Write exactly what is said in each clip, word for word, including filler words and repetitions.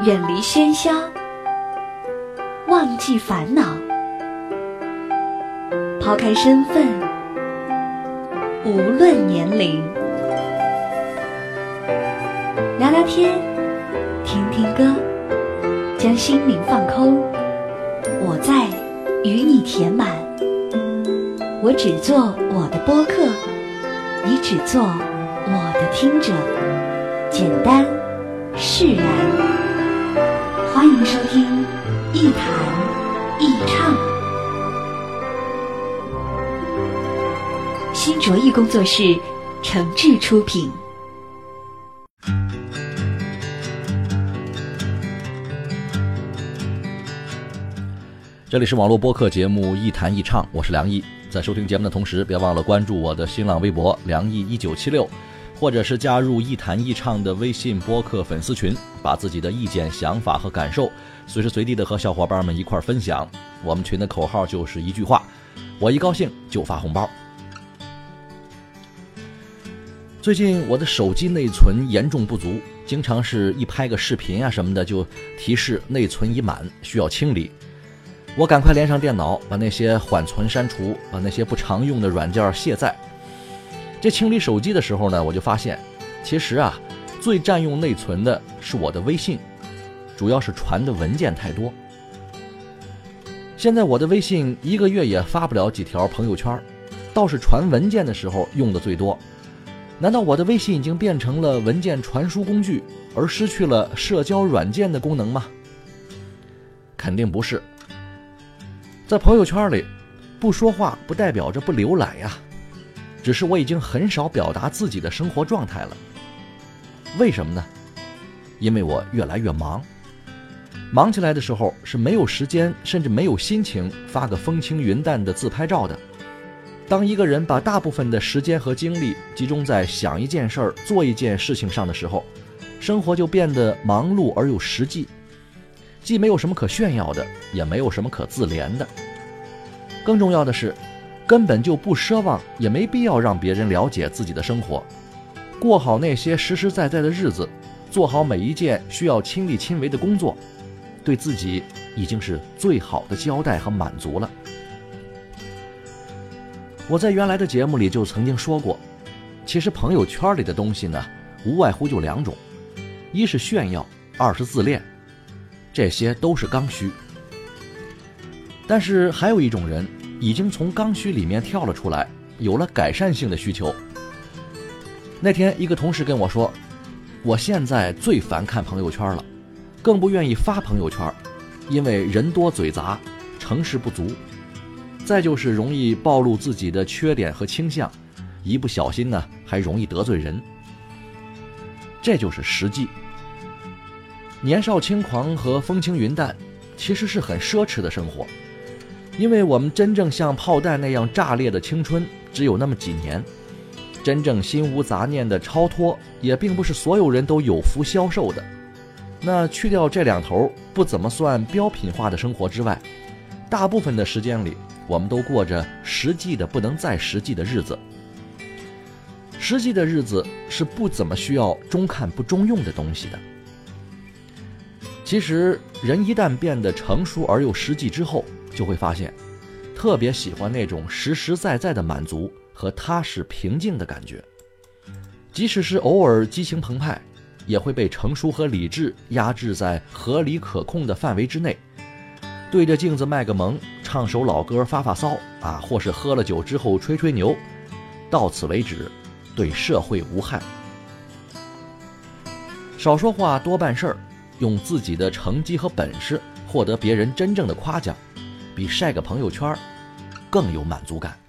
远离喧嚣，忘记烦恼，抛开身份，无论年龄，聊聊天，听听歌，将心灵放空。我在与你填满，我只做我的播客，你只做我的听者，简单释然。欢迎收听一谈一唱，新卓艺工作室诚挚出品。 这里是网络播客节目一谈一唱，我是梁毅。在收听节目的同时，别忘了关注我的新浪微博梁毅一九七六，或者是加入一谈一唱的微信播客粉丝群，把自己的意见、想法和感受随时随地的和小伙伴们一块分享。我们群的口号就是一句话：我一高兴就发红包。最近我的手机内存严重不足，经常是一拍个视频啊什么的就提示内存已满，需要清理。我赶快连上电脑，把那些缓存删除，把那些不常用的软件卸载。这清理手机的时候呢，我就发现其实啊最占用内存的是我的微信，主要是传的文件太多。现在我的微信一个月也发不了几条朋友圈，倒是传文件的时候用的最多。难道我的微信已经变成了文件传输工具，而失去了社交软件的功能吗？肯定不是。在朋友圈里不说话不代表着不浏览呀，只是我已经很少表达自己的生活状态了。为什么呢？因为我越来越忙，忙起来的时候是没有时间甚至没有心情发个风轻云淡的自拍照的。当一个人把大部分的时间和精力集中在想一件事儿、做一件事情上的时候，生活就变得忙碌而又实际，既没有什么可炫耀的，也没有什么可自怜的。更重要的是，根本就不奢望，也没必要让别人了解自己的生活，过好那些实实在在的日子，做好每一件需要亲力亲为的工作，对自己已经是最好的交代和满足了。我在原来的节目里就曾经说过，其实朋友圈里的东西呢，无外乎就两种，一是炫耀，二是自恋，这些都是刚需。但是还有一种人已经从刚需里面跳了出来，有了改善性的需求。那天一个同事跟我说，我现在最烦看朋友圈了，更不愿意发朋友圈，因为人多嘴杂，诚实不足，再就是容易暴露自己的缺点和倾向，一不小心呢还容易得罪人。这就是实际。年少轻狂和风轻云淡其实是很奢侈的生活，因为我们真正像炮弹那样炸裂的青春只有那么几年，真正心无杂念的超脱也并不是所有人都有福消受的。那去掉这两头不怎么算标品化的生活之外，大部分的时间里我们都过着实际的不能再实际的日子。实际的日子是不怎么需要中看不中用的东西的。其实人一旦变得成熟而又实际之后，就会发现特别喜欢那种实实在在的满足和踏实平静的感觉。即使是偶尔激情澎湃，也会被成熟和理智压制在合理可控的范围之内。对着镜子卖个萌，唱首老歌发发骚啊，或是喝了酒之后吹吹牛，到此为止，对社会无害。少说话多办事儿，用自己的成绩和本事获得别人真正的夸奖，比晒个朋友圈更有满足感。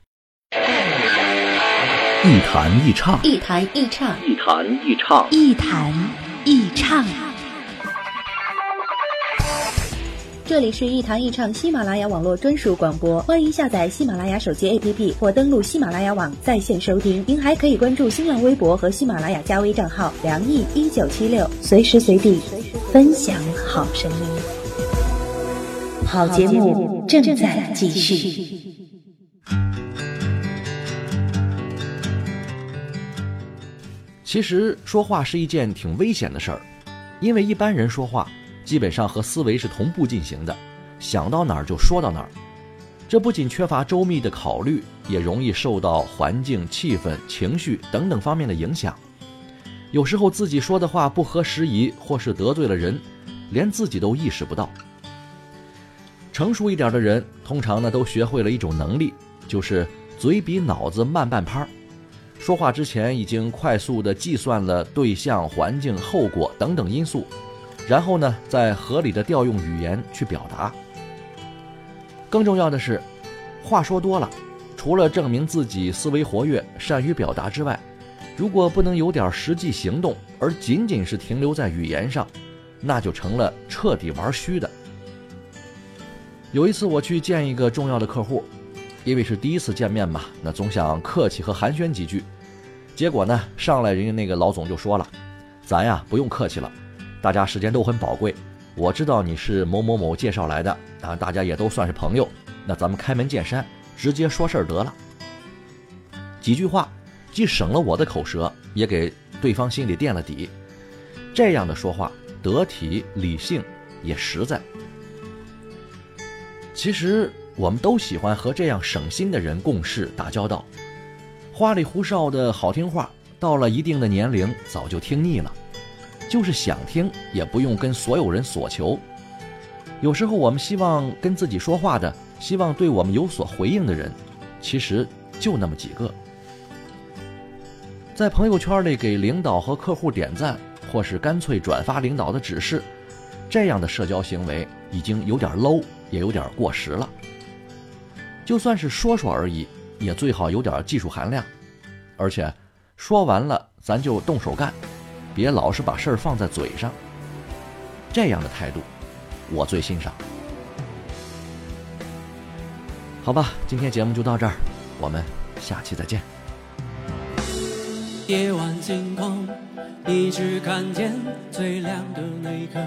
一谈一唱， 一谈一唱， 一谈一唱， 一谈一唱。 这里是一谈一唱喜马拉雅网络专属广播，欢迎下载喜马拉雅手机 A P P 或登录喜马拉雅网在线收听。您还可以关注新浪微博和喜马拉雅加微账号梁毅一九七六，随时随地分享好声音。好节目正在继续。 其实说话是一件挺危险的事儿， 因为一般人说话基本上和思维是同步进行的，想到哪儿就说到哪儿。这不仅缺乏周密的考虑，也容易受到环境、气氛、情绪等等方面的影响。有时候自己说的话不合时宜，或是得罪了人，连自己都意识不到。成熟一点的人通常呢都学会了一种能力，就是嘴比脑子慢半拍，说话之前已经快速地计算了对象、环境、后果等等因素，然后呢再合理地调用语言去表达。更重要的是，话说多了，除了证明自己思维活跃、善于表达之外，如果不能有点实际行动，而仅仅是停留在语言上，那就成了彻底玩虚的。有一次我去见一个重要的客户，因为是第一次见面嘛，那总想客气和寒暄几句。结果呢，上来人家那个老总就说了，咱呀不用客气了，大家时间都很宝贵，我知道你是某某某介绍来的啊，大家也都算是朋友，那咱们开门见山，直接说事儿得了。几句话既省了我的口舌，也给对方心里垫了底。这样的说话得体、理性，也实在。其实我们都喜欢和这样省心的人共事打交道，花里胡哨的好听话，到了一定的年龄早就听腻了，就是想听也不用跟所有人索求。有时候我们希望跟自己说话的，希望对我们有所回应的人，其实就那么几个。在朋友圈里给领导和客户点赞，或是干脆转发领导的指示，这样的社交行为已经有点 low， 也有点过时了。就算是说说而已，也最好有点技术含量，而且说完了咱就动手干，别老是把事儿放在嘴上。这样的态度我最欣赏。好吧，今天节目就到这儿，我们下期再见。 夜晚星空，你只看见最亮的那一刻，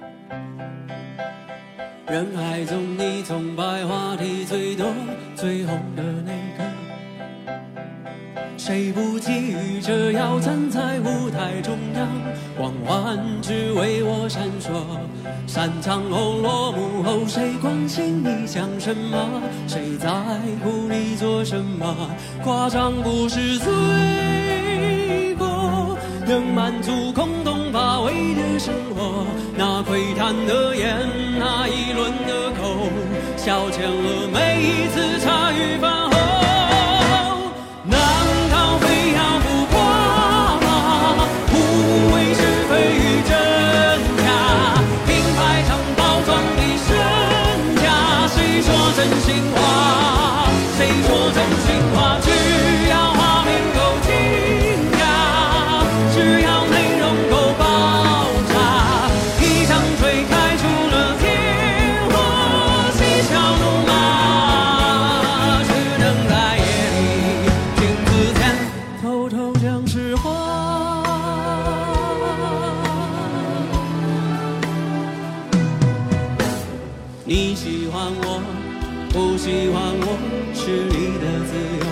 人海中你从白话题最多最红的那个，谁不急于着要站在舞台中央，光环只为我闪烁，散场后落幕后，谁关心你想什么，谁在乎你做什么，夸张不是罪过，能满足空洞乏味的生活，那窥探的眼，那一轮的口，消遣了每一次茶余饭后。难道非要浮夸吗？无谓是非与真假，品牌常包装的身价，谁说真心话？谁说真心话？只要画面够精雅，只要内容够爆炸，一张嘴开出了天火，嬉笑怒骂，只能在夜里镜子前偷偷讲实话。你喜欢我，不喜欢我，是你的自由，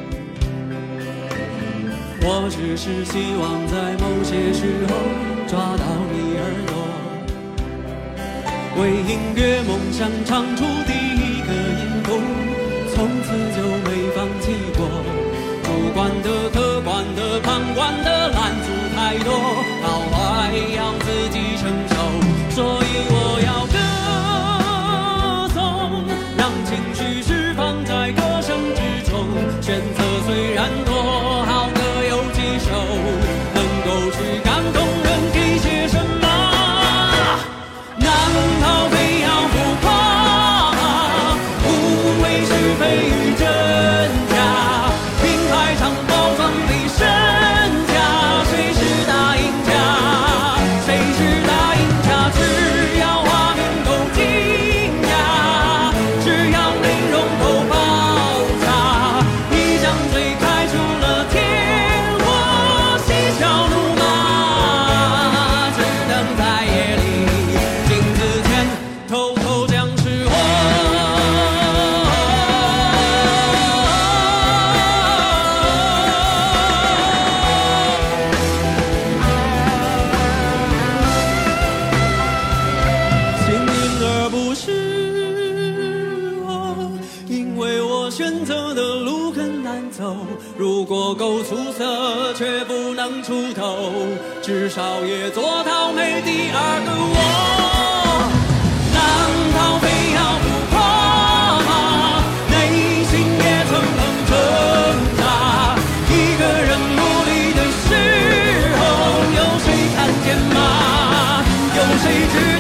我只是希望在某些时候抓到你耳朵，为音乐梦想唱出第一个音符，从此就没放弃过。主观的、客观的、旁观的拦阻太多，好坏要自己承受，所以我要歌颂，让情绪释放在歌声之中，选择虽然多，好歌有几首，能够去感动人给些什么？难道非要浮夸吗？无谓是非与真假，品牌常包装的身价，谁是大赢家？谁是大赢家？只要画面够精雅，只要内容够爆炸，一张嘴开出了不能出头，至少也做到没第二个我。浪涛飞扬不破吗？内心也层层挣扎。一个人努力的时候，有谁看见吗？有谁知